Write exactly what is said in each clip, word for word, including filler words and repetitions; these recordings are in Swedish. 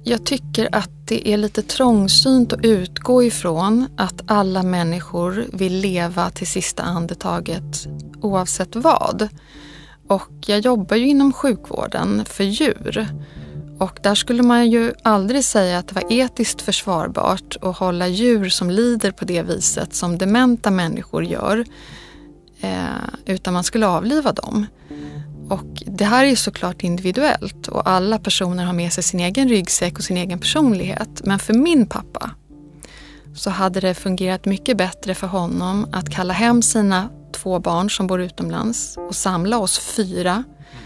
Jag tycker att det är lite trångsynt att utgå ifrån att alla människor vill leva till sista andetaget oavsett vad. Och jag jobbar ju inom sjukvården för djur. Och där skulle man ju aldrig säga att det var etiskt försvarbart att hålla djur som lider på det viset som dementa människor gör. Eh, utan man skulle avliva dem. Och det här är ju såklart individuellt och alla personer har med sig sin egen ryggsäck och sin egen personlighet. Men för min pappa så hade det fungerat mycket bättre för honom att kalla hem sina två barn som bor utomlands och samla oss fyra.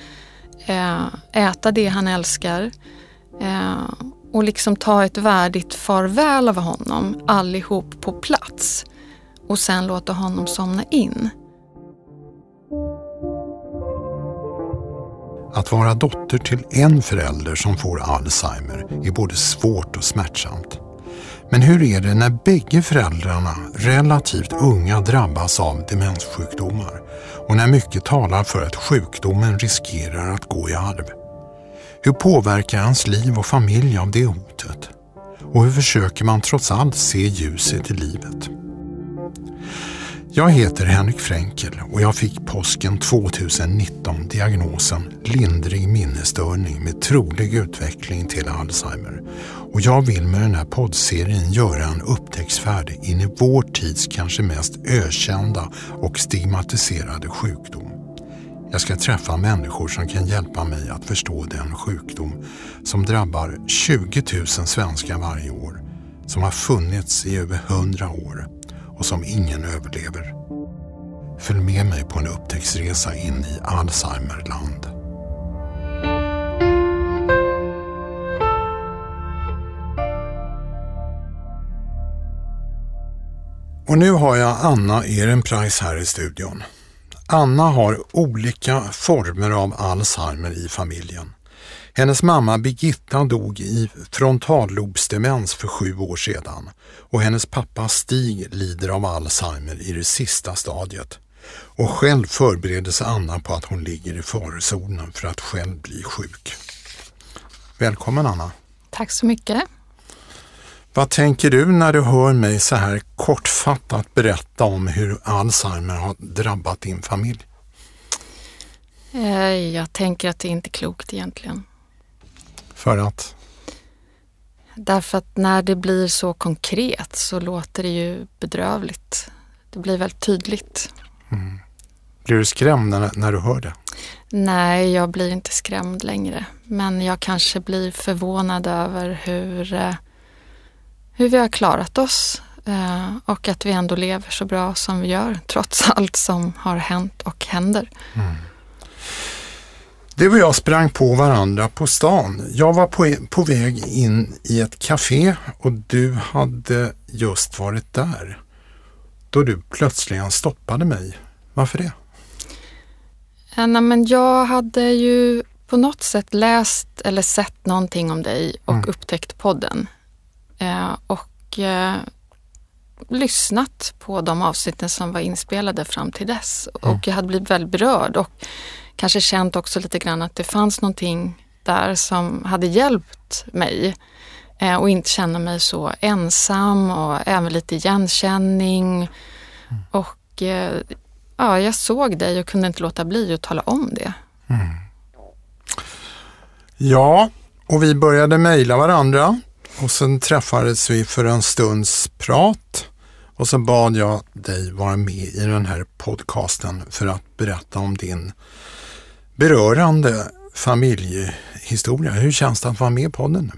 Äta det han älskar och liksom ta ett värdigt farväl av honom allihop på plats och sen låta honom somna in. Att vara dotter till en förälder som får Alzheimer är både svårt och smärtsamt. Men hur är det när bägge föräldrarna relativt unga drabbas av demenssjukdomar och när mycket talar för att sjukdomen riskerar att gå i arv? Hur påverkar hans liv och familj av det hotet? Och hur försöker man trots allt se ljuset i livet? Jag heter Henrik Fränkel och jag fick påsken tjugonitton diagnosen lindrig minnesstörning med trolig utveckling till Alzheimer. Och jag vill med den här poddserien göra en upptäcktsfärd in i vår tids kanske mest ökända och stigmatiserade sjukdom. Jag ska träffa människor som kan hjälpa mig att förstå den sjukdom som drabbar tjugo tusen svenskar varje år, som har funnits i över hundra år och som ingen överlever. Följ med mig på en upptäcktsresa in i Alzheimerland. Och nu har jag Anna Ehrenpreis här i studion. Anna har olika former av Alzheimer i familjen. Hennes mamma Birgitta dog i frontallobsdemens för sju år sedan och hennes pappa Stig lider av Alzheimer i det sista stadiet. Och själv förbereder sig Anna på att hon ligger i farozonen för att själv bli sjuk. Välkommen Anna. Tack så mycket. Vad tänker du när du hör mig så här kortfattat berätta om hur Alzheimer har drabbat din familj? Jag tänker att det inte är klokt egentligen. För att? Därför att när det blir så konkret så låter det ju bedrövligt. Det blir väldigt tydligt. Mm. Blir du skrämd när, när du hör det? Nej, jag blir inte skrämd längre. Men jag kanske blir förvånad över hur, hur vi har klarat oss. Och att vi ändå lever så bra som vi gör trots allt som har hänt och händer. Mm. Du och jag sprang på varandra på stan. Jag var på, på väg in i ett café och du hade just varit där. Då du plötsligen stoppade mig. Varför det? Ja, nej, men jag hade ju på något sätt läst eller sett någonting om dig och mm. upptäckt podden. Eh, och eh, lyssnat på de avsnitten som var inspelade fram till dess. Mm. Och jag hade blivit väldigt berörd och kanske känt också lite grann att det fanns någonting där som hade hjälpt mig eh, och inte känna mig så ensam och även lite igenkänning. Mm. Och eh, ja, jag såg dig och kunde inte låta bli att tala om det. Mm. Ja, och vi började mejla varandra och sen träffades vi för en stunds prat. Och så bad jag dig vara med i den här podcasten för att berätta om din berörande familjehistoria. Hur känns det att vara med på podden nu?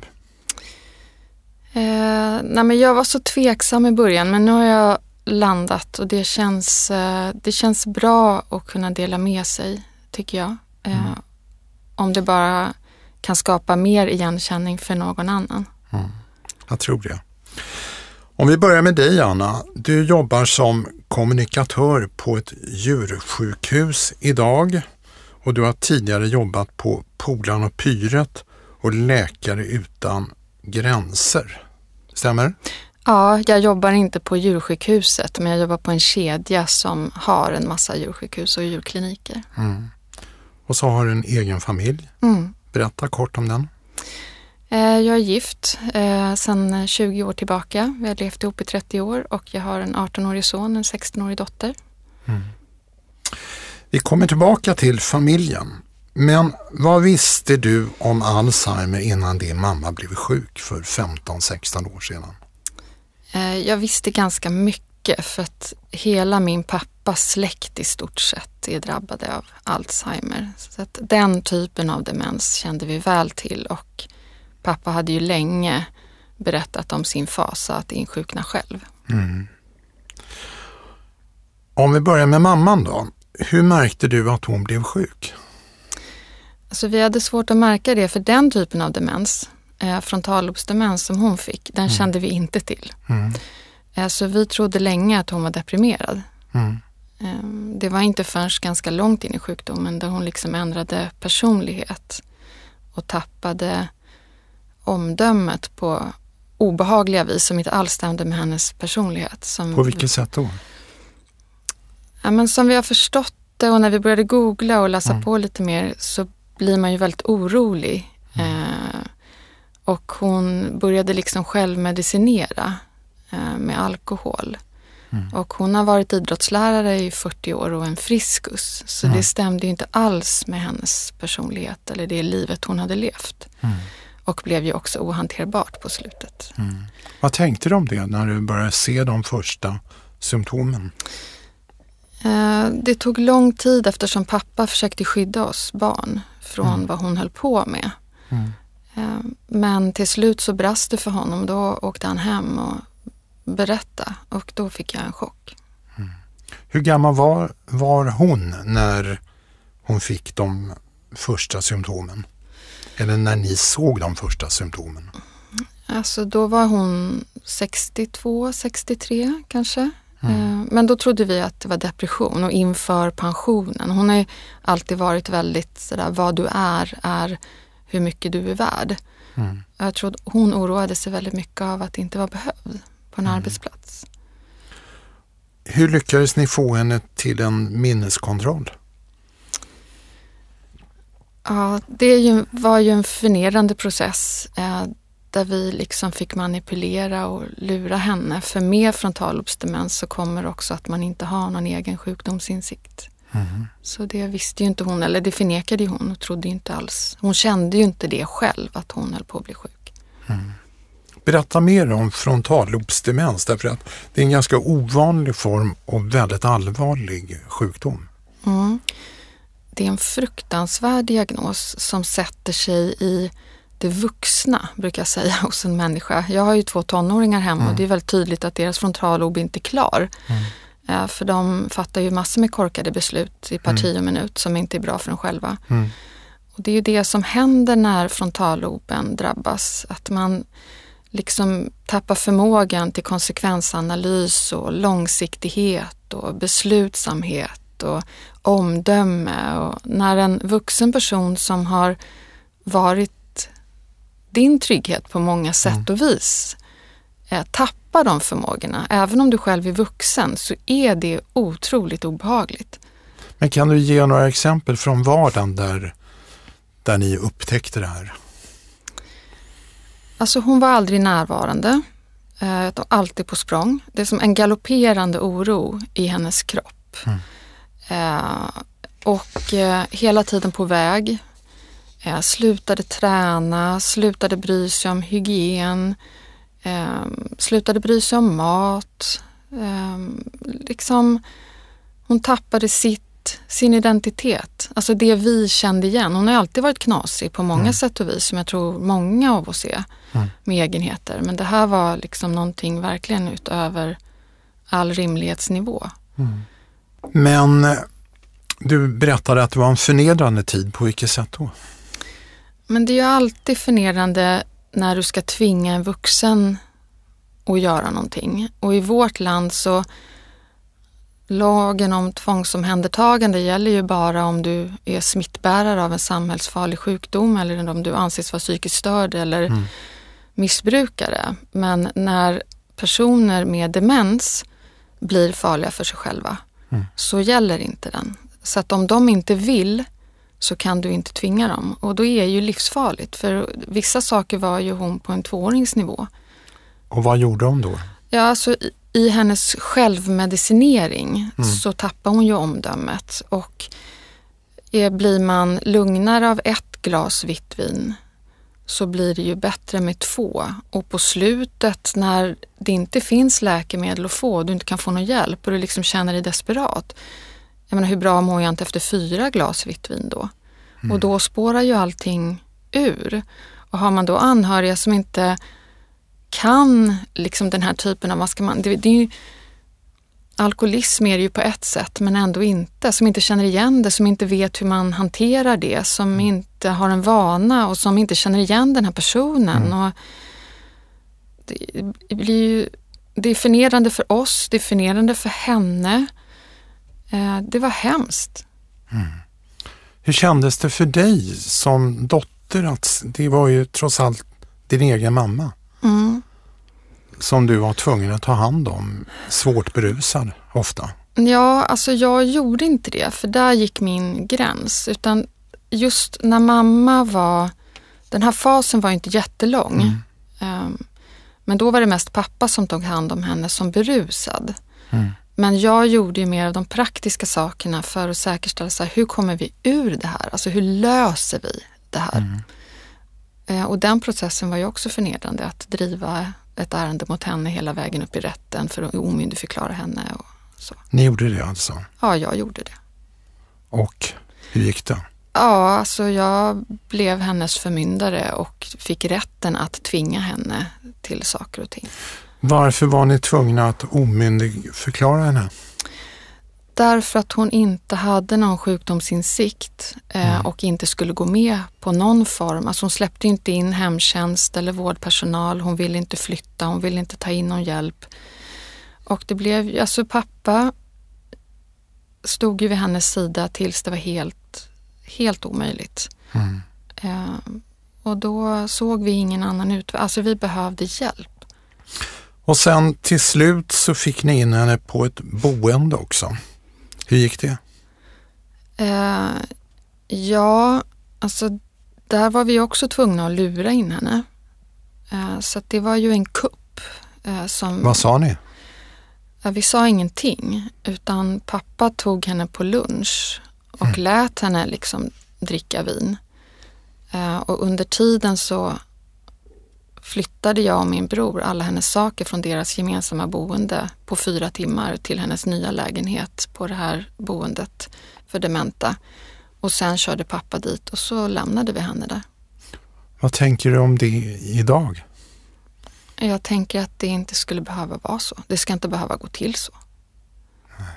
Eh, nej men jag var så tveksam i början, men nu har jag landat och det känns, eh, det känns bra att kunna dela med sig, tycker jag. Eh, mm. Om det bara kan skapa mer igenkänning för någon annan. Mm. Jag tror det. Om vi börjar med dig, Anna. Du jobbar som kommunikatör på ett djursjukhus idag och du har tidigare jobbat på Polan och Pyret och Läkare utan gränser. Stämmer? Ja, jag jobbar inte på djursjukhuset, men jag jobbar på en kedja som har en massa djursjukhus och djurkliniker. Mm. Och så har du en egen familj. Mm. Berätta kort om den. Jag är gift sedan tjugo år tillbaka. Vi har levt ihop i trettio år och jag har en arton-årig son och en sexton-årig dotter. Mm. Vi kommer tillbaka till familjen. Men vad visste du om Alzheimer innan din mamma blev sjuk för femton sexton år sedan? Jag visste ganska mycket för att hela min pappas släkt i stort sett är drabbade av Alzheimer. Så att den typen av demens kände vi väl till och pappa hade ju länge berättat om sin fasa att insjukna själv. Mm. Om vi börjar med mamman då. Hur märkte du att hon blev sjuk? Alltså vi hade svårt att märka det för den typen av demens, eh, frontallobsdemens som hon fick, den mm. kände vi inte till. Mm. Eh, så vi trodde länge att hon var deprimerad. Mm. Eh, det var inte förrän ganska långt in i sjukdomen där hon liksom ändrade personlighet och tappade omdömet på obehagliga vis som inte alls stämde med hennes personlighet. Som på vilket sätt då? Ja, men som vi har förstått det och när vi började googla och läsa mm. på lite mer så blir man ju väldigt orolig. Mm. Eh, och hon började liksom själv medicinera eh, med alkohol. Mm. Och hon har varit idrottslärare i fyrtio år och en friskus. Så mm. det stämde ju inte alls med hennes personlighet eller det livet hon hade levt. Mm. Och blev ju också ohanterbart på slutet. Mm. Vad tänkte du om det när du började se de första symptomen? Det tog lång tid eftersom pappa försökte skydda oss barn från mm. vad hon höll på med. Mm. Men till slut så brast det för honom. Då åkte han hem och berättade och då fick jag en chock. Mm. Hur gammal var, var hon när hon fick de första symptomen? Eller när ni såg de första symptomen? Alltså då var hon sextiotvå, sextiotre kanske. Mm. Men då trodde vi att det var depression och inför pensionen. Hon har ju alltid varit väldigt sådär, vad du är, är hur mycket du är värd. Mm. Jag tror att hon oroade sig väldigt mycket av att inte vara behövd på en mm. arbetsplats. Hur lyckades ni få henne till en minneskontroll? Ja, det är ju, var ju en förnedrande process eh, där vi liksom fick manipulera och lura henne. För med frontallobsdemens så kommer också att man inte har någon egen sjukdomsinsikt. Mm. Så det visste ju inte hon, eller det förnekade ju hon och trodde inte alls. Hon kände ju inte det själv att hon höll på att bli sjuk. Mm. Berätta mer om frontallobsdemens därför att det är en ganska ovanlig form och väldigt allvarlig sjukdom. Mm. Det är en fruktansvärd diagnos som sätter sig i det vuxna, brukar jag säga, hos en människa. Jag har ju två tonåringar hemma mm. och det är väldigt tydligt att deras frontallob inte är klar. Mm. För de fattar ju massor med korkade beslut i parti och minut som inte är bra för dem själva. Mm. Och det är ju det som händer när frontalloben drabbas. Att man liksom tappar förmågan till konsekvensanalys och långsiktighet och beslutsamhet och omdöme. Och när en vuxen person som har varit din trygghet på många sätt och vis eh, tappar de förmågorna. Även om du själv är vuxen så är det otroligt obehagligt. Men kan du ge några exempel från vardagen där, där ni upptäckte det här? Alltså hon var aldrig närvarande. Eh, alltid på språng. Det är som en galopperande oro i hennes kropp. Mm. Eh, och eh, hela tiden på väg. Eh, slutade träna, slutade bry sig om hygien, eh, slutade bry sig om mat. Eh, liksom, hon tappade sitt, sin identitet. Alltså det vi kände igen. Hon har alltid varit knasig på många mm. sätt och vis som jag tror många av oss är mm. med egenheter. Men det här var liksom någonting verkligen utöver all rimlighetsnivå. Mm. Men du berättade att det var en förnedrande tid. På vilket sätt då? Men det är ju alltid förnedrande när du ska tvinga en vuxen att göra någonting. Och i vårt land så lagen om tvångsomhändertagande gäller ju bara om du är smittbärare av en samhällsfarlig sjukdom eller om du anses vara psykiskt störd eller mm. missbrukare. Men när personer med demens blir farliga för sig själva mm. så gäller inte den. Så att om de inte vill så kan du inte tvinga dem. Och då är det ju livsfarligt. För vissa saker var ju hon på en tvååringsnivå. Och vad gjorde hon då? Ja, alltså i, i hennes självmedicinering mm. så tappar hon ju omdömet. Och är, blir man lugnare av ett glas vitt vin så blir det ju bättre med två. Och på slutet när det inte finns läkemedel att få och du inte kan få någon hjälp och du liksom känner dig desperat. Jag menar, hur bra mår jag inte efter fyra glas vitt vin då? Mm. Och då spårar ju allting ur. Och har man då anhöriga som inte kan liksom den här typen av, vad ska man, det, det är ju, alkoholism är det ju på ett sätt men ändå inte, som inte känner igen det, som inte vet hur man hanterar det, som mm. inte har en vana och som inte känner igen den här personen. Mm. Och det blir ju, det är förnedrande för oss, det är förnedrande för henne. Eh, det var hemskt. Mm. Hur kändes det för dig som dotter att det var ju trots allt din egen mamma? Mm. Som du var tvungen att ta hand om, svårt berusad ofta. Ja, alltså jag gjorde inte det, för där gick min gräns. Utan just när mamma var, den här fasen var inte jättelång. Mm. Um, men då var det mest pappa som tog hand om henne som berusad. Mm. Men jag gjorde ju mer av de praktiska sakerna för att säkerställa så här, hur kommer vi ur det här? Alltså hur löser vi det här? Mm. Uh, och den processen var ju också förnedrande, att driva ett ärende mot henne hela vägen upp i rätten för att omyndigförklara henne och så. Ni gjorde det alltså? Ja, jag gjorde det. Och hur gick det? Ja, alltså jag blev hennes förmyndare och fick rätten att tvinga henne till saker och ting. Varför var ni tvungna att omyndigförklara henne? Därför att hon inte hade någon sjukdomsinsikt eh, mm. och inte skulle gå med på någon form. Alltså hon släppte inte in hemtjänst eller vårdpersonal. Hon ville inte flytta, hon ville inte ta in någon hjälp. Och det blev, alltså pappa stod ju vid hennes sida tills det var helt, helt omöjligt. Mm. Eh, och då såg vi ingen annan utväg. Alltså vi behövde hjälp. Och sen till slut så fick ni in henne på ett boende också. Hur gick det? Eh, ja, alltså där var vi också tvungna att lura in henne. Eh, så att det var ju en kupp. Eh, som, Vad sa ni? Eh, vi sa ingenting, utan pappa tog henne på lunch och mm. lät henne liksom dricka vin. Eh, och under tiden så flyttade jag och min bror alla hennes saker från deras gemensamma boende på fyra timmar till hennes nya lägenhet på det här boendet för dementa. Och sen körde pappa dit och så lämnade vi henne där. Vad tänker du om det idag? Jag tänker att det inte skulle behöva vara så. Det ska inte behöva gå till så. Nej.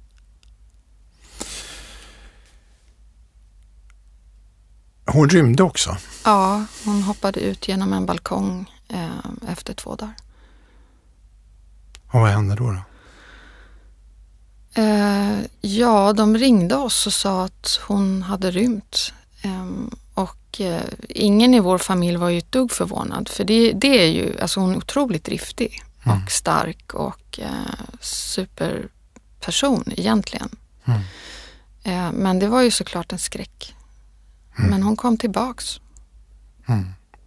Hon rymde också? Ja, hon hoppade ut genom en balkong eh, efter två dagar. Och vad hände då? då? Eh, ja, de ringde oss och sa att hon hade rymt. Eh, och eh, ingen i vår familj var ju ett dugg förvånad. För det, det är ju, alltså hon är otroligt driftig mm. och stark och eh, superperson egentligen. Mm. Eh, men det var ju såklart en skräck. Mm. Men hon kom tillbaks. Mm.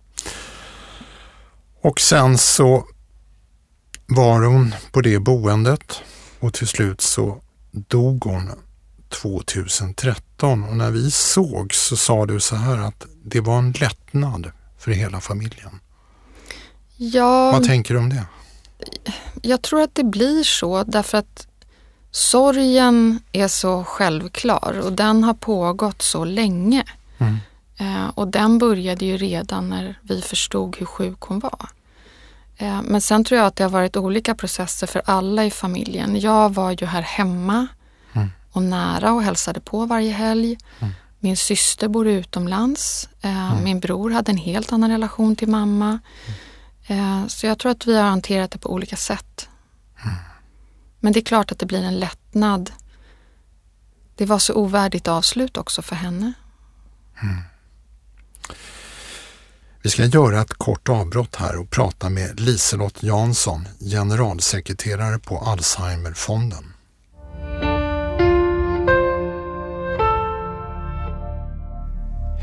Och sen så var hon på det boendet och till slut så dog hon tjugohundratretton. Och när vi såg så sa du så här att det var en lättnad för hela familjen. Ja, vad tänker du om det? Jag tror att det blir så därför att sorgen är så självklar och den har pågått så länge. Mm. Eh, och den började ju redan när vi förstod hur sjuk hon var. Eh, men sen tror jag att det har varit olika processer för alla i familjen. Jag var ju här hemma mm. och nära och hälsade på varje helg. Mm. Min syster bor utomlands. Eh, mm. Min bror hade en helt annan relation till mamma. Mm. Eh, så jag tror att vi har hanterat det på olika sätt. Mm. Men det är klart att det blir en lättnad. Det var så ovärdigt avslut också för henne. Mm. Vi ska göra ett kort avbrott här och prata med Liselott Jansson, generalsekreterare på Alzheimerfonden.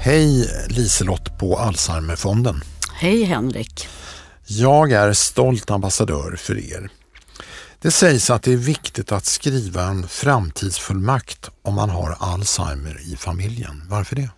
Hej Liselott på Alzheimerfonden. Hej Henrik. Jag är stolt ambassadör för er. Det sägs att det är viktigt att skriva en framtidsfullmakt om man har Alzheimer i familjen. Varför det?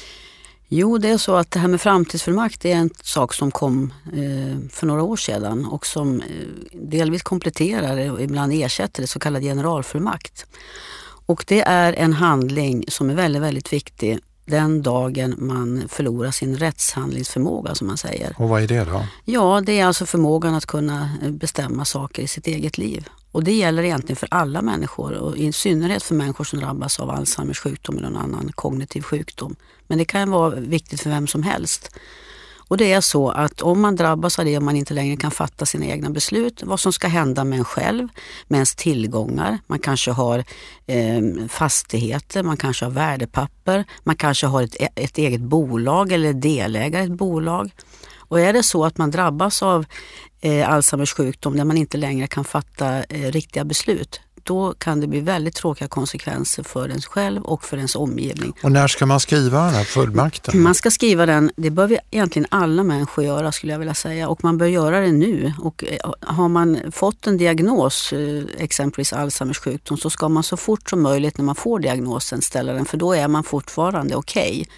Jo, det är så att det här med framtidsfullmakt är en sak som kom eh, för några år sedan och som eh, delvis kompletterar och ibland ersätter det så kallad generalfullmakt. Och det är en handling som är väldigt, väldigt viktig den dagen man förlorar sin rättshandlingsförmåga, som man säger. Och vad är det då? Ja, det är alltså förmågan att kunna bestämma saker i sitt eget liv. Och det gäller egentligen för alla människor och i synnerhet för människor som drabbas av Alzheimers sjukdom eller någon annan kognitiv sjukdom. Men det kan vara viktigt för vem som helst. Och det är så att om man drabbas av det och man inte längre kan fatta sina egna beslut, vad som ska hända med en själv, med ens tillgångar, man kanske har eh, fastigheter, man kanske har värdepapper, man kanske har ett, ett eget bolag eller delägare i ett bolag. Och är det så att man drabbas av eh, Alzheimers sjukdom där man inte längre kan fatta eh, riktiga beslut, då kan det bli väldigt tråkiga konsekvenser för ens själv och för ens omgivning. Och när ska man skriva den här fullmakten? Man ska skriva den, det bör vi egentligen alla människor göra skulle jag vilja säga. Och man bör göra det nu. Och har man fått en diagnos, exempelvis Alzheimers sjukdom, så ska man så fort som möjligt när man får diagnosen ställa den. För då är man fortfarande okej. Okay.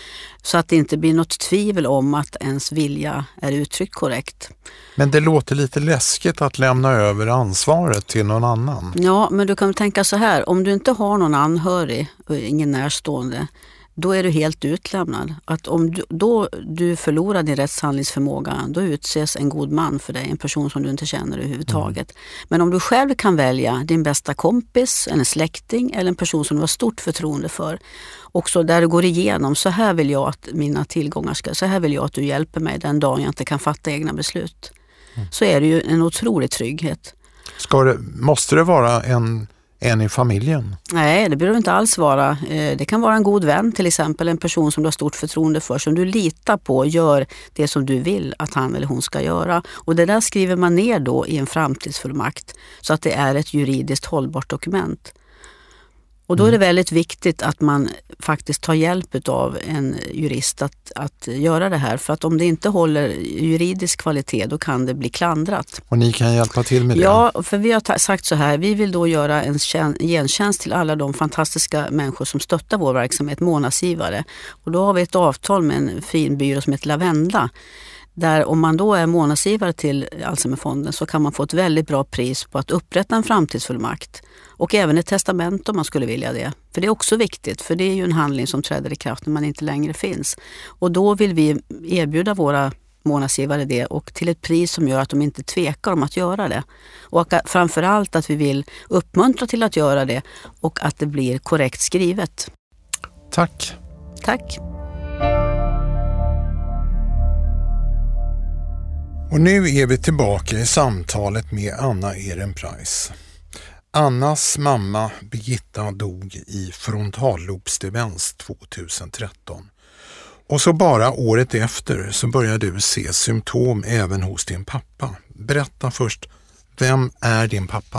Så att det inte blir något tvivel om att ens vilja är uttryckt korrekt. Men det låter lite läskigt att lämna över ansvaret till någon annan. Ja, men du kan tänka så här. Om du inte har någon anhörig och ingen närstående, då är du helt utlämnad. Att om du, då du förlorar din rättshandlingsförmåga, då utses en god man för dig, en person som du inte känner överhuvudtaget. Mm. Men om du själv kan välja din bästa kompis, en släkting eller en person som du har stort förtroende för, också där du går igenom, så här vill jag att mina tillgångar ska, så här vill jag att du hjälper mig den dagen jag inte kan fatta egna beslut. Mm. Så är det ju en otrolig trygghet. Ska det, måste det vara en En i familjen? Nej, det behöver inte alls vara. Det kan vara en god vän, till exempel en person som du har stort förtroende för, som du litar på gör det som du vill att han eller hon ska göra. Och det där skriver man ner då i en framtidsfullmakt så att det är ett juridiskt hållbart dokument. Och då är det väldigt viktigt att man faktiskt tar hjälp av en jurist att, att göra det här. För att om det inte håller juridisk kvalitet, då kan det bli klandrat. Och ni kan hjälpa till med det? Ja, för vi har ta- sagt så här. Vi vill då göra en tjän- gentjänst till alla de fantastiska människor som stöttar vår verksamhet, månadsgivare. Och då har vi ett avtal med en fin byrå som heter Lavenda. Där om man då är månadsgivare till Alzheimerfonden så kan man få ett väldigt bra pris på att upprätta en framtidsfullmakt. Och även ett testament om man skulle vilja det. För det är också viktigt, för det är ju en handling som träder i kraft när man inte längre finns. Och då vill vi erbjuda våra månadsgivare det och till ett pris som gör att de inte tvekar om att göra det. Och framförallt att vi vill uppmuntra till att göra det och att det blir korrekt skrivet. Tack. Tack. Och nu är vi tillbaka i samtalet med Anna Ehrenpreis. Annas mamma Birgitta dog i frontallobsdemens tjugohundratretton. Och så bara året efter så började du se symptom även hos din pappa. Berätta först, vem är din pappa?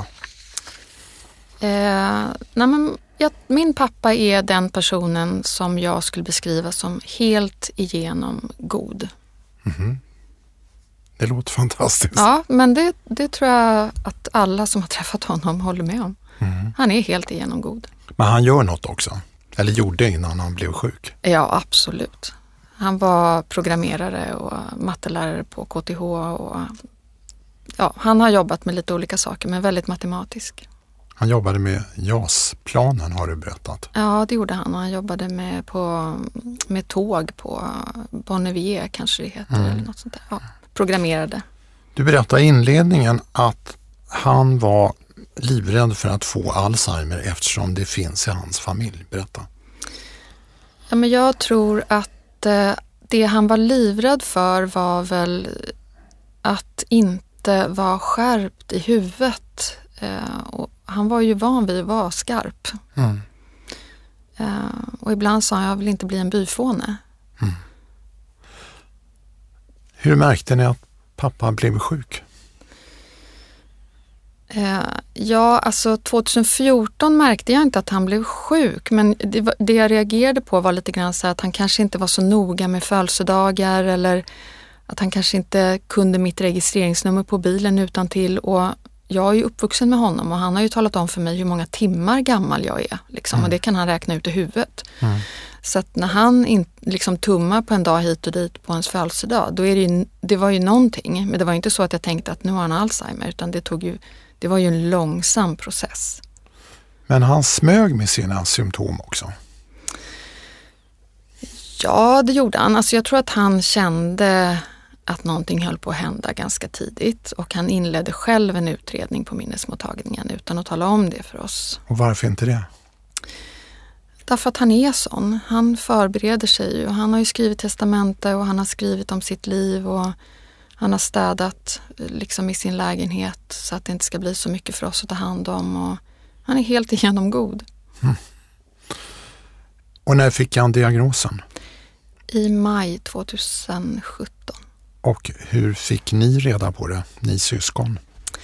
Eh, nej men, ja, min pappa är den personen som jag skulle beskriva som helt igenom god. Mm-hmm. Det låter fantastiskt. Ja, men det, det tror jag att alla som har träffat honom håller med om. Mm. Han är helt igenom god. Men han gör något också? Eller gjorde innan han blev sjuk? Ja, absolut. Han var programmerare och mattelärare på K T H. Och, ja, han har jobbat med lite olika saker, men väldigt matematisk. Han jobbade med J A S-planen, har du berättat. Ja, det gjorde han. Och han jobbade med, på, med tåg på Bonnevier, kanske det heter. Mm. Eller något sånt där. Ja, programmerade. Du berättade i inledningen att han var livrädd för att få Alzheimer eftersom det finns i hans familj. Berätta. Ja, men jag tror att eh, det han var livrädd för var väl att inte vara skärpt i huvudet. Eh, och han var ju van vid att vara skarp. Mm. Eh, och ibland sa han, jag vill inte bli en byfåne. Mm. Hur märkte ni att pappa blev sjuk? Eh, ja, alltså tjugohundrafjorton märkte jag inte att han blev sjuk, men det, var, det jag reagerade på var lite grann så att han kanske inte var så noga med födelsedagar, eller att han kanske inte kunde mitt registreringsnummer på bilen utan till. Och jag är ju uppvuxen med honom och han har ju talat om för mig hur många timmar gammal jag är. Liksom, mm. Och det kan han räkna ut i huvudet. Mm. Så att när han in, liksom tummar på en dag hit och dit på ens födelsedag, då är det ju, det var ju någonting. Men det var inte så att jag tänkte att nu har han Alzheimer, utan det, tog ju, det var ju en långsam process. Men han smög med sina symptom också? Ja, det gjorde han. Alltså jag tror att han kände att någonting höll på att hända ganska tidigt, och han inledde själv en utredning på minnesmottagningen utan att tala om det för oss. Och varför inte det? Därför att han är sån. Han förbereder sig ju. Han har ju skrivit testamente och han har skrivit om sitt liv, och han har städat liksom i sin lägenhet så att det inte ska bli så mycket för oss att ta hand om, och han är helt igenom god. Mm. Och när fick han diagnosen? I maj tjugohundrasjutton. Och hur fick ni reda på det, ni syskon?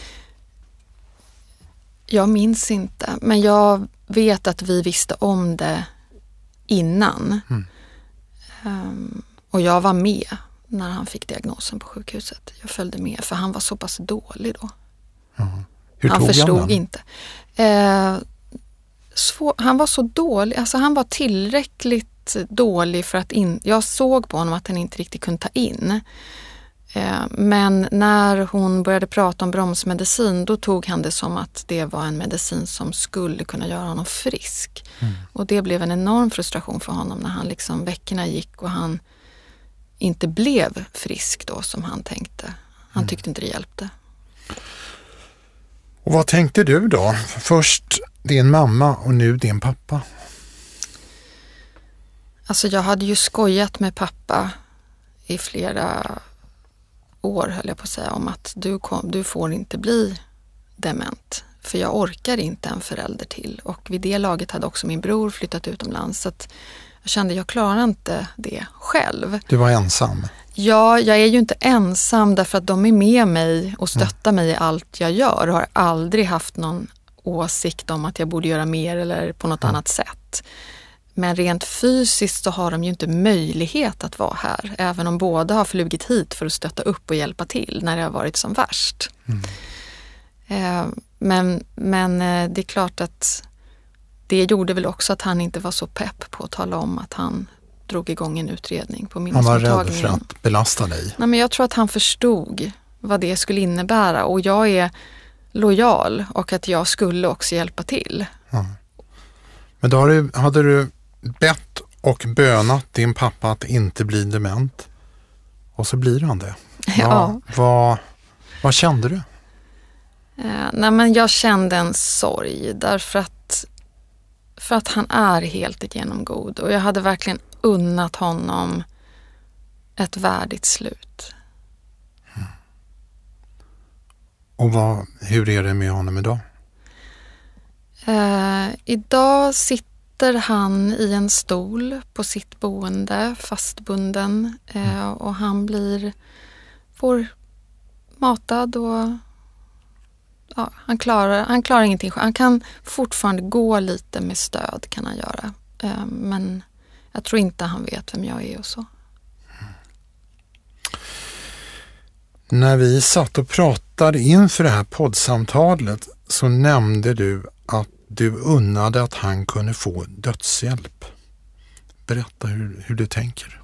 Jag minns inte, men jag vet att vi visste om det innan. Mm. Um, och jag var med när han fick diagnosen på sjukhuset. Jag följde med, för han var så pass dålig då. Mm. Hur han tog förstod han inte. Uh, svår, han var så dålig, alltså han var tillräckligt dålig för att in, jag såg på honom att han inte riktigt kunde ta in. Men när hon började prata om bromsmedicin, då tog han det som att det var en medicin som skulle kunna göra honom frisk. Mm. Och det blev en enorm frustration för honom när han liksom veckorna gick och han inte blev frisk då som han tänkte. Han tyckte mm. inte det hjälpte. Och vad tänkte du då? Först din mamma och nu din pappa. Alltså jag hade ju skojat med pappa i flera år, höll jag på att säga, om att du, kom, du får inte bli dement. För jag orkar inte en förälder till. Och vid det laget hade också min bror flyttat utomlands. Så att jag kände, jag klarar inte det själv. Du var ensam? Ja, jag är ju inte ensam därför att de är med mig och stöttar mm. mig i allt jag gör. Och har aldrig haft någon åsikt om att jag borde göra mer eller på något mm. annat sätt. Men rent fysiskt så har de ju inte möjlighet att vara här. Även om båda har flugit hit för att stötta upp och hjälpa till när det har varit som värst. Mm. Eh, men, men det är klart att det gjorde väl också att han inte var så pepp på att tala om att han drog igång en utredning på minnesmottagningen. Han var rädd för att belasta dig? Nej, men jag tror att han förstod vad det skulle innebära. Och jag är lojal och att jag skulle också hjälpa till. Mm. Men då hade du, hade du bett och bönat din pappa att inte bli dement. Och så blir han det. Ja. Vad, vad, vad kände du? Eh, nej men jag kände en sorg därför att, för att han är helt igenom god. Och jag hade verkligen unnat honom ett värdigt slut. Mm. Och vad, hur är det med honom idag? Eh, idag sitter han i en stol på sitt boende, fastbunden, eh, mm. och han blir, får matad och ja, han, klarar, han klarar ingenting. Han kan fortfarande gå lite med stöd, kan han göra. Eh, men jag tror inte han vet vem jag är och så. Mm. När vi satt och pratade inför det här poddsamtalet så nämnde du att du unnade att han kunde få dödshjälp. Berätta hur, hur du tänker.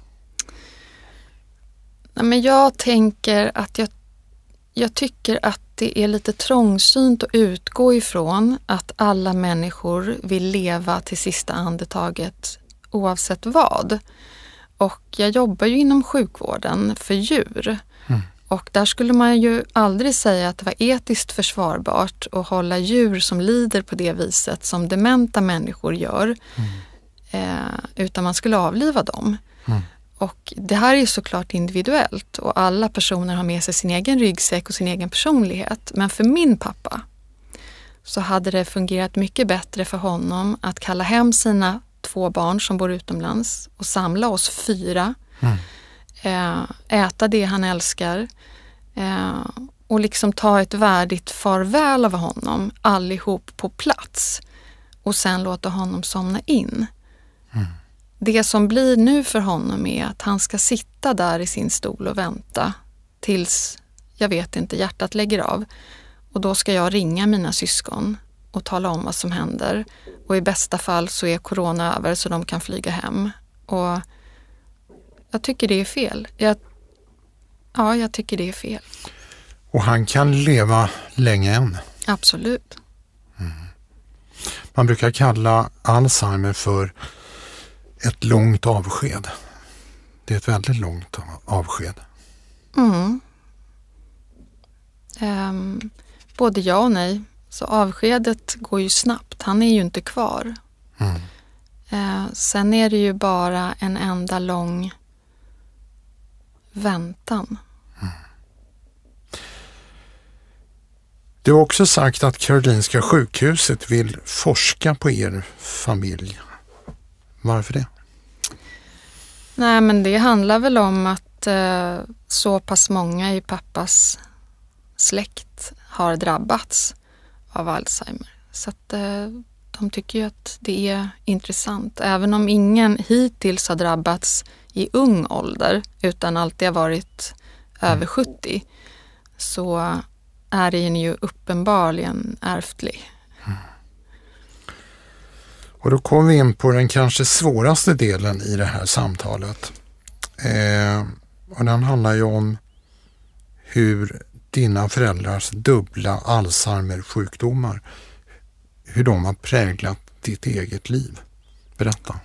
Nej, men jag tänker att jag, jag tycker att det är lite trångsynt att utgå ifrån att alla människor vill leva till sista andetaget oavsett vad. Och jag jobbar ju inom sjukvården för djur. Mm. Och där skulle man ju aldrig säga att det var etiskt försvarbart att hålla djur som lider på det viset som dementa människor gör. Mm. Eh, utan man skulle avliva dem. Mm. Och det här är ju såklart individuellt och alla personer har med sig sin egen ryggsäck och sin egen personlighet. Men för min pappa så hade det fungerat mycket bättre för honom att kalla hem sina två barn som bor utomlands och samla oss fyra. Mm. Äta det han älskar. och liksom ta ett värdigt farväl av honom allihop på plats och sen låta honom somna in. Mm. Det som blir nu för honom är att han ska sitta där i sin stol och vänta tills, jag vet inte, hjärtat lägger av. Och då ska jag ringa mina syskon och tala om vad som händer. Och i bästa fall så är corona över så de kan flyga hem. Och jag tycker det är fel. Jag, ja, jag tycker det är fel. Och han kan leva länge än? Absolut. Mm. Man brukar kalla Alzheimer för ett långt avsked. Det är ett väldigt långt avsked. Mm. Um, både ja och nej. Så avskedet går ju snabbt. Han är ju inte kvar. Mm. Uh, sen är det ju bara en enda lång väntan. Mm. Du har också sagt att Karolinska sjukhuset vill forska på er familj. Varför det? Nej, men det handlar väl om att eh, så pass många i pappas släkt har drabbats av Alzheimer. Så att eh, de tycker ju att det är intressant. Även om ingen hittills har drabbats i ung ålder utan alltid har varit mm. över sjuttio, så är den ju uppenbarligen ärftlig. Mm. Och då kommer vi in på den kanske svåraste delen i det här samtalet. Eh, och den handlar ju om hur dina föräldrars dubbla Alzheimer-sjukdomar, hur de har präglat ditt eget liv. Berätta.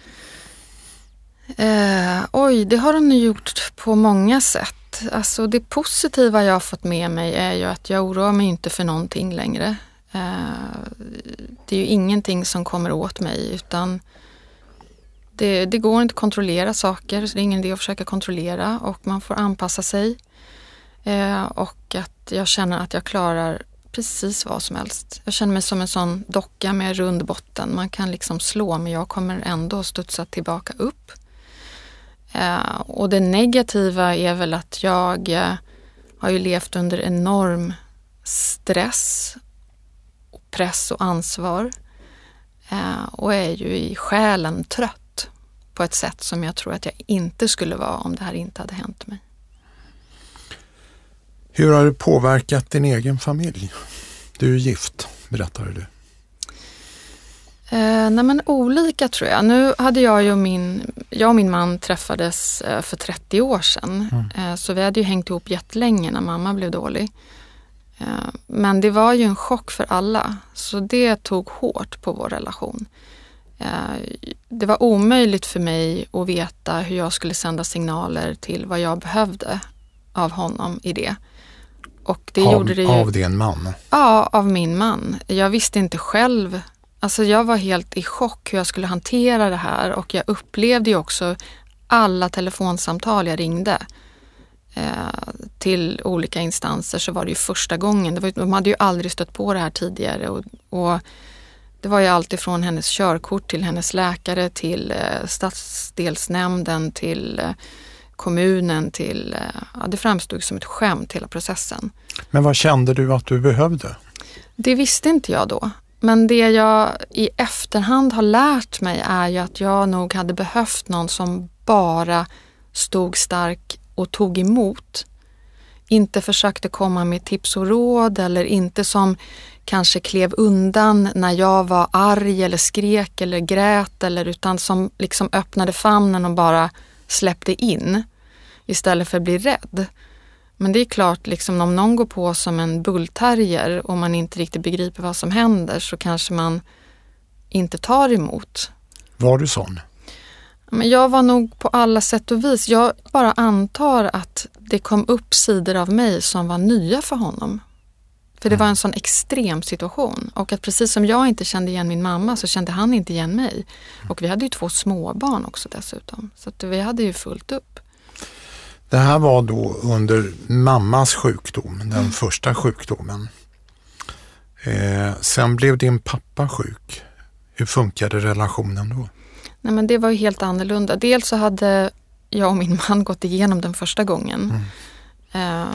Eh, oj, det har de nu gjort på många sätt. Alltså det positiva jag har fått med mig är ju att jag oroar mig inte för någonting längre. Det är ju ingenting som kommer åt mig, utan det, det går inte att kontrollera saker, så det är ingen idé att försöka kontrollera, och man får anpassa sig. Och att jag känner att jag klarar precis vad som helst. Jag känner mig som en sån docka med rund botten. Man kan liksom slå, men jag kommer ändå studsa tillbaka upp. Och det negativa är väl att jag har ju levt under enorm stress, press och ansvar, eh, och är ju i själen trött på ett sätt som jag tror att jag inte skulle vara om det här inte hade hänt mig. Hur har det påverkat din egen familj? Du är gift, berättade du. Eh, nej men olika tror jag. Nu hade jag ju min, jag och min man träffades eh, för trettio år sedan. Mm. Eh, så vi hade ju hängt ihop jättelänge när mamma blev dålig. Men det var ju en chock för alla, så det tog hårt på vår relation. Det var omöjligt för mig att veta hur jag skulle sända signaler till vad jag behövde av honom i det. Och det av, gjorde det ju, av din man? Ja, av min man. Jag visste inte själv. Alltså jag var helt i chock hur jag skulle hantera det här, och jag upplevde ju också alla telefonsamtal jag ringde till olika instanser, så var det ju första gången. Det var, de hade ju aldrig stött på det här tidigare, och, och det var ju allt ifrån hennes körkort till hennes läkare till eh, stadsdelsnämnden till eh, kommunen till, eh, ja, det framstod som ett skämt hela processen. Men vad kände du att du behövde? Det visste inte jag då. Men det jag i efterhand har lärt mig är ju att jag nog hade behövt någon som bara stod stark och tog emot. Inte försökte komma med tips och råd, eller inte som kanske klev undan när jag var arg eller skrek eller grät, eller, utan som liksom öppnade famnen och bara släppte in istället för att bli rädd. Men det är klart, liksom, om någon går på som en bullterrier och man inte riktigt begriper vad som händer, så kanske man inte tar emot. Var du sån? Men jag var nog på alla sätt och vis. Jag bara antar att det kom upp sidor av mig som var nya för honom. För det var en sån extrem situation. Och att precis som jag inte kände igen min mamma, så kände han inte igen mig. Och vi hade ju två småbarn också dessutom. Så att vi hade ju fullt upp. Det här var då under mammas sjukdom, den mm. första sjukdomen. Eh, sen blev din pappa sjuk. Hur funkade relationen då? Nej, men det var ju helt annorlunda. Dels så hade jag och min man gått igenom den första gången. Mm. Eh,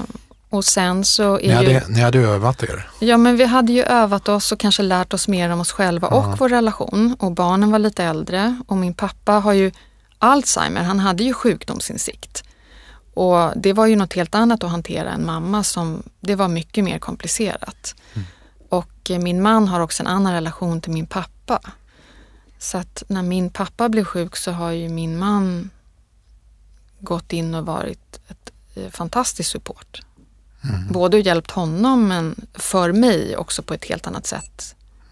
Och sen så är ni, hade, ju, ni hade övat er? Ja, men vi hade ju övat oss och kanske lärt oss mer om oss själva och Ja. vår relation. Och barnen var lite äldre och min pappa har ju Alzheimer, han hade ju sjukdomsinsikt. Och det var ju något helt annat att hantera än mamma, som det var mycket mer komplicerat. Mm. Och min man har också en annan relation till min pappa. Så att när min pappa blev sjuk så har ju min man gått in och varit ett eh, fantastisk support. Mm. Både hjälpt honom men för mig också på ett helt annat sätt.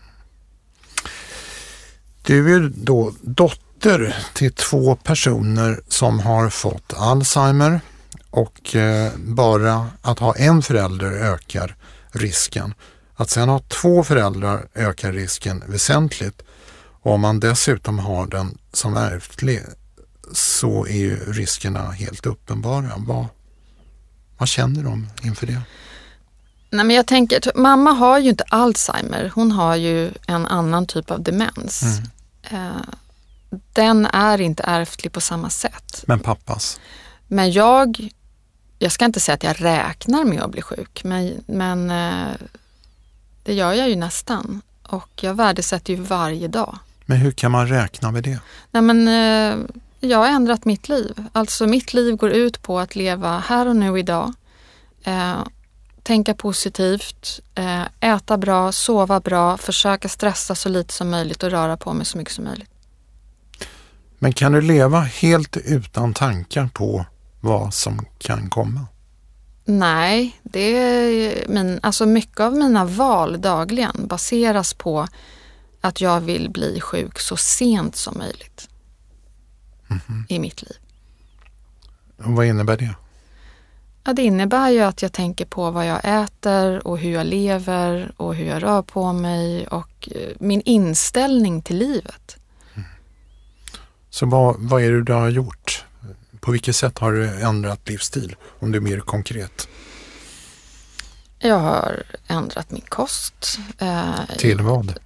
Du är då dotter till två personer som har fått Alzheimer och eh, bara att ha en förälder ökar risken. Att sen ha två föräldrar ökar risken väsentligt. Och om man dessutom har den som ärftlig så är ju riskerna helt uppenbara. Vad, vad känner de inför det? Nej, men jag tänker, mamma har ju inte Alzheimer. Hon har ju en annan typ av demens. Mm. Eh, den är inte ärftlig på samma sätt. Men pappas? Men jag, jag ska inte säga att jag räknar med att bli sjuk. Men, men eh, det gör jag ju nästan. Och jag värdesätter ju varje dag. Men hur kan man räkna med det? Nej, men eh, jag har ändrat mitt liv. Alltså mitt liv går ut på att leva här och nu idag. Eh, tänka positivt, eh, äta bra, sova bra, försöka stressa så lite som möjligt och röra på mig så mycket som möjligt. Men kan du leva helt utan tankar på vad som kan komma? Nej, det är min, alltså mycket av mina val dagligen baseras på att jag vill bli sjuk så sent som möjligt mm-hmm. i mitt liv. Och vad innebär det? Ja, det innebär ju att jag tänker på vad jag äter och hur jag lever och hur jag rör på mig och min inställning till livet. Mm. Så vad, vad är det du har gjort? På vilket sätt har du ändrat livsstil, om du är mer konkret? Jag har ändrat min kost. Till vad?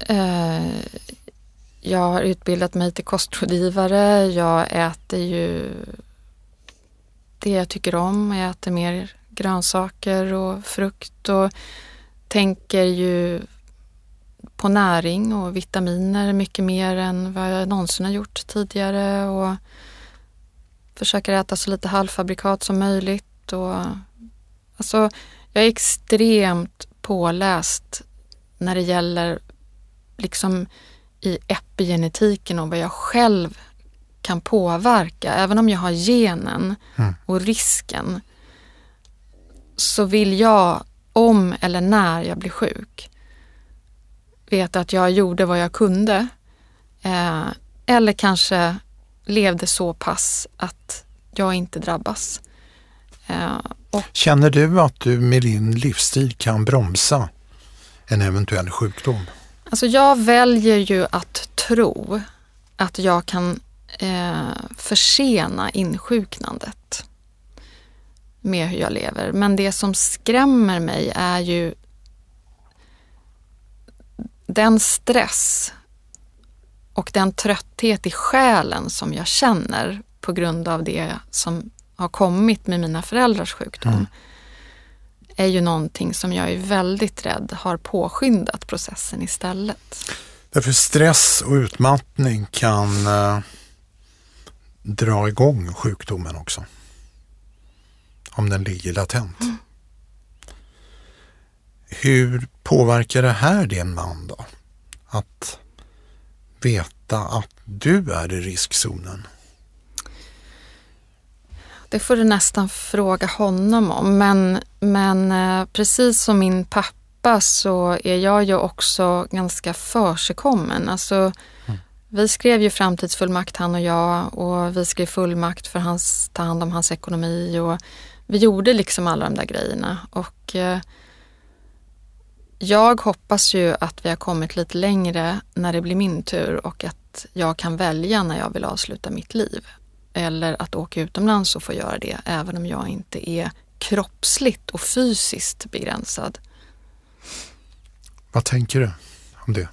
Jag har utbildat mig till kostrådgivare. Jag äter ju det jag tycker om. Jag äter mer grönsaker och frukt och tänker ju på näring och vitaminer mycket mer än vad jag någonsin har gjort tidigare och försöker äta så lite halvfabrikat som möjligt. Och, alltså, jag är extremt påläst när det gäller liksom i epigenetiken och vad jag själv kan påverka. Även om jag har genen mm. och risken så vill jag, om eller när jag blir sjuk, veta att jag gjorde vad jag kunde. Eh, eller kanske levde så pass att jag inte drabbas. Eh, och Känner du att du med din livsstil kan bromsa en eventuell sjukdom? Alltså jag väljer ju att tro att jag kan eh, försena insjuknandet med hur jag lever. Men det som skrämmer mig är ju den stress och den trötthet i själen som jag känner på grund av det som har kommit med mina föräldrars sjukdom. Mm. är ju någonting som jag är väldigt rädd har påskyndat processen istället. Därför stress och utmattning kan eh, dra igång sjukdomen också. Om den ligger latent. Mm. Hur påverkar det här din man då? Att veta att du är i riskzonen? Det får du nästan fråga honom om. Men, men eh, precis som min pappa så är jag ju också ganska försigkommen. Alltså, mm. Vi skrev ju framtidsfullmakt han och jag. Och vi skrev fullmakt för hans, ta hand om hans ekonomi. Och vi gjorde liksom alla de där grejerna. Och eh, jag hoppas ju att vi har kommit lite längre när det blir min tur. Och att jag kan välja när jag vill avsluta mitt liv. Eller att åka utomlands och få göra det även om jag inte är kroppsligt och fysiskt begränsad. Vad tänker du om det?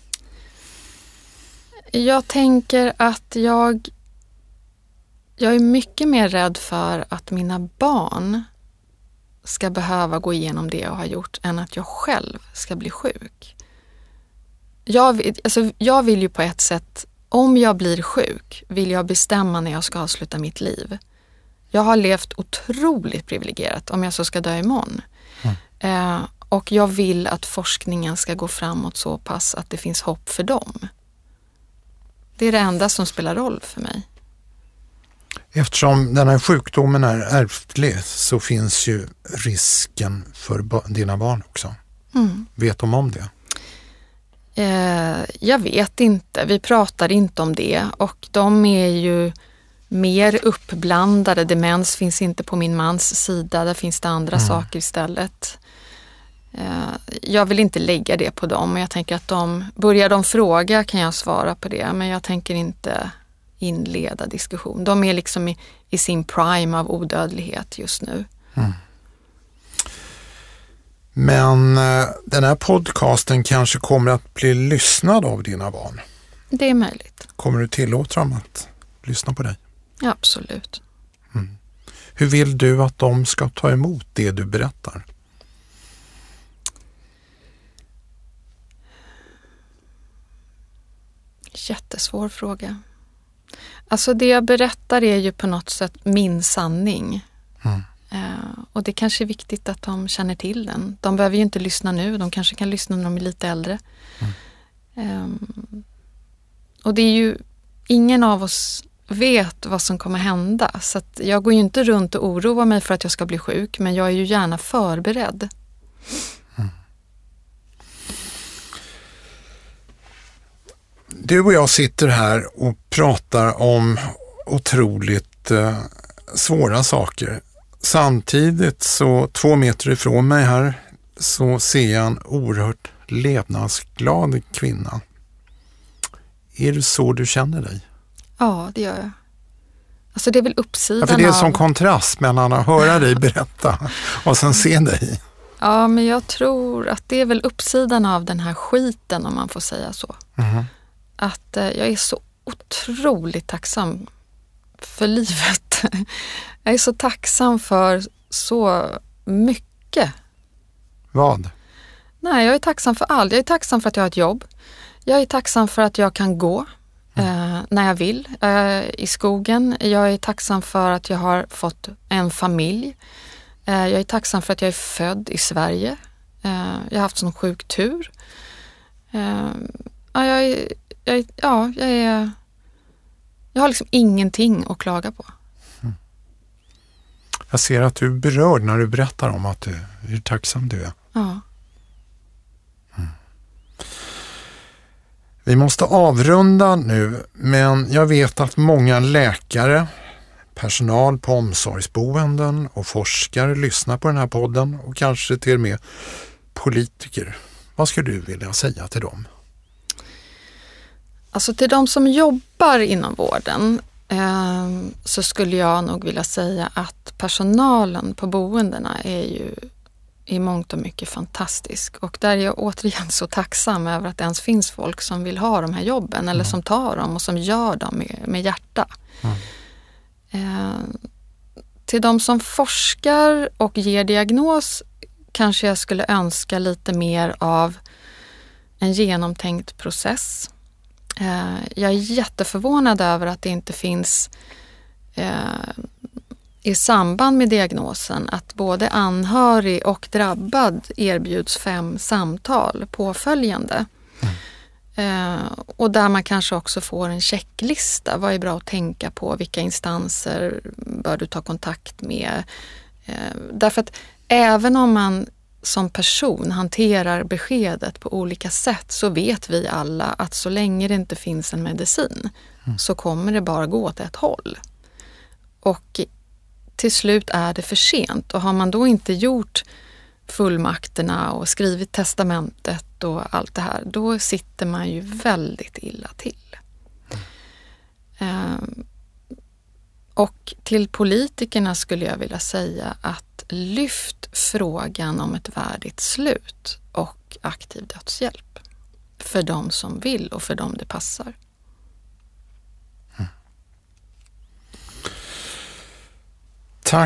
Jag tänker att jag, jag är mycket mer rädd för att mina barn ska behöva gå igenom det jag har gjort än att jag själv ska bli sjuk. Jag, alltså, jag vill ju på ett sätt, om jag blir sjuk, vill jag bestämma när jag ska avsluta mitt liv. Jag har levt otroligt privilegierat om jag så ska dö imorgon. Mm. Eh, och jag vill att forskningen ska gå framåt så pass att det finns hopp för dem. Det är det enda som spelar roll för mig. Eftersom den här sjukdomen är ärftlig så finns ju risken för dina barn också. Mm. Vet de om det? Eh, jag vet inte. Vi pratar inte om det. Och de är ju mer uppblandade. Demens finns inte på min mans sida. Där finns det andra mm. saker istället. Eh, jag vill inte lägga det på dem. Jag tänker att de, börjar de fråga kan jag svara på det. Men jag tänker inte inleda diskussion. De är liksom i, i sin prime av odödlighet just nu. Mm. Men eh, den här podcasten kanske kommer att bli lyssnad av dina barn. Det är möjligt. Kommer du tillåta dem att lyssna på dig? Ja, absolut. Mm. Hur vill du att de ska ta emot det du berättar? Jättesvår fråga. Alltså det jag berättar är ju på något sätt min sanning. Mm. Uh, och det kanske är viktigt att de känner till den. De behöver ju inte lyssna nu. De kanske kan lyssna när de är lite äldre. Mm. Um, och det är ju, ingen av oss vet vad som kommer hända. Så att jag går ju inte runt och oroar mig för att jag ska bli sjuk. Men jag är ju gärna förberedd. Mm. Du och jag sitter här och pratar om otroligt uh, svåra saker. Samtidigt så två meter ifrån mig här så ser jag en oerhört levnadsglad kvinna. Är det så du känner dig? Ja, det gör jag. Alltså det är väl uppsidan ja, för det är av... som kontrast mellan att höra dig berätta och sen se dig. Ja, men jag tror att det är väl uppsidan av den här skiten, om man får säga så. Mm. Att eh, jag är så otroligt tacksam för livet. Jag är så tacksam för så mycket. Vad? Nej, jag är tacksam för allt. Jag är tacksam för att jag har ett jobb. Jag är tacksam för att jag kan gå mm. eh, när jag vill eh, i skogen. Jag är tacksam för att jag har fått en familj. Eh, jag är tacksam för att jag är född i Sverige. Eh, jag har haft sån sjuk tur. Eh, ja, jag är, jag, ja, jag är... Jag har liksom ingenting att klaga på. Mm. Jag ser att du är berörd när du berättar om att du hur tacksam du är. Ja. Mm. Vi måste avrunda nu, men jag vet att många läkare, personal på omsorgsboenden och forskare lyssnar på den här podden och kanske till och med politiker. Vad skulle du vilja säga till dem? Alltså till de som jobbar inom vården eh, så skulle jag nog vilja säga att personalen på boendena är ju i mångt och mycket fantastisk. Och där är jag återigen så tacksam över att det ens finns folk som vill ha de här jobben mm. eller som tar dem och som gör dem med, med hjärta. Mm. Eh, till de som forskar och ger diagnos kanske jag skulle önska lite mer av en genomtänkt process. Jag är jätteförvånad över att det inte finns eh, i samband med diagnosen att både anhörig och drabbad erbjuds fem samtal påföljande. Mm. Eh, och där man kanske också får en checklista. Vad är bra att tänka på? Vilka instanser bör du ta kontakt med? Eh, därför att även om man som person hanterar beskedet på olika sätt så vet vi alla att så länge det inte finns en medicin mm. så kommer det bara gå åt ett håll. Och till slut är det för sent. Och har man då inte gjort fullmakterna och skrivit testamentet och allt det här, då sitter man ju väldigt illa till. Mm. Um, och till politikerna skulle jag vilja säga att lyft frågan om ett värdigt slut och aktiv dödshjälp för de som vill och för dem det passar. Mm. Tack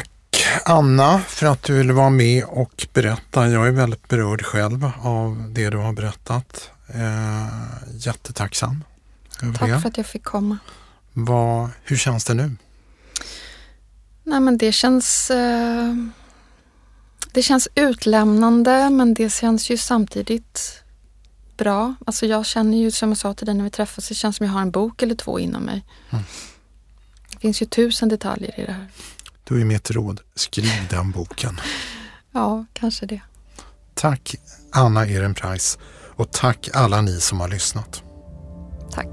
Anna för att du ville vara med och berätta. Jag är väldigt berörd själv av det du har berättat. Eh, jättetacksam. Tack det. För att jag fick komma. Vad, hur känns det nu? Nej, men det känns eh, det känns utlämnande, men det känns ju samtidigt bra. Alltså jag känner ju, som jag sa till dig när vi träffas, det känns som jag har en bok eller två inom mig. Mm. Det finns ju tusen detaljer i det här. Du är mitt råd. Skriv den boken. Ja, kanske det. Tack Anna Ehrenpreis och tack alla ni som har lyssnat. Tack.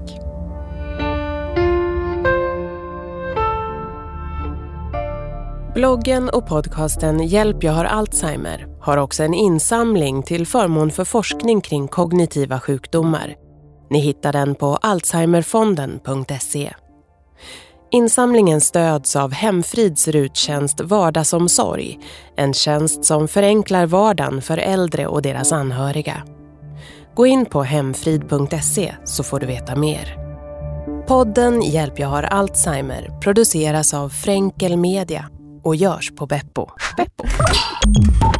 Bloggen och podcasten Hjälp jag har Alzheimer har också en insamling till förmån för forskning kring kognitiva sjukdomar. Ni hittar den på alzheimerfonden punkt se. Insamlingen stöds av Hemfrids ruttjänst Vardagsomsorg, en tjänst som förenklar vardagen för äldre och deras anhöriga. Gå in på hemfrid punkt se så får du veta mer. Podden Hjälp jag har Alzheimer produceras av Fränkel Media och görs på Beppo. Beppo.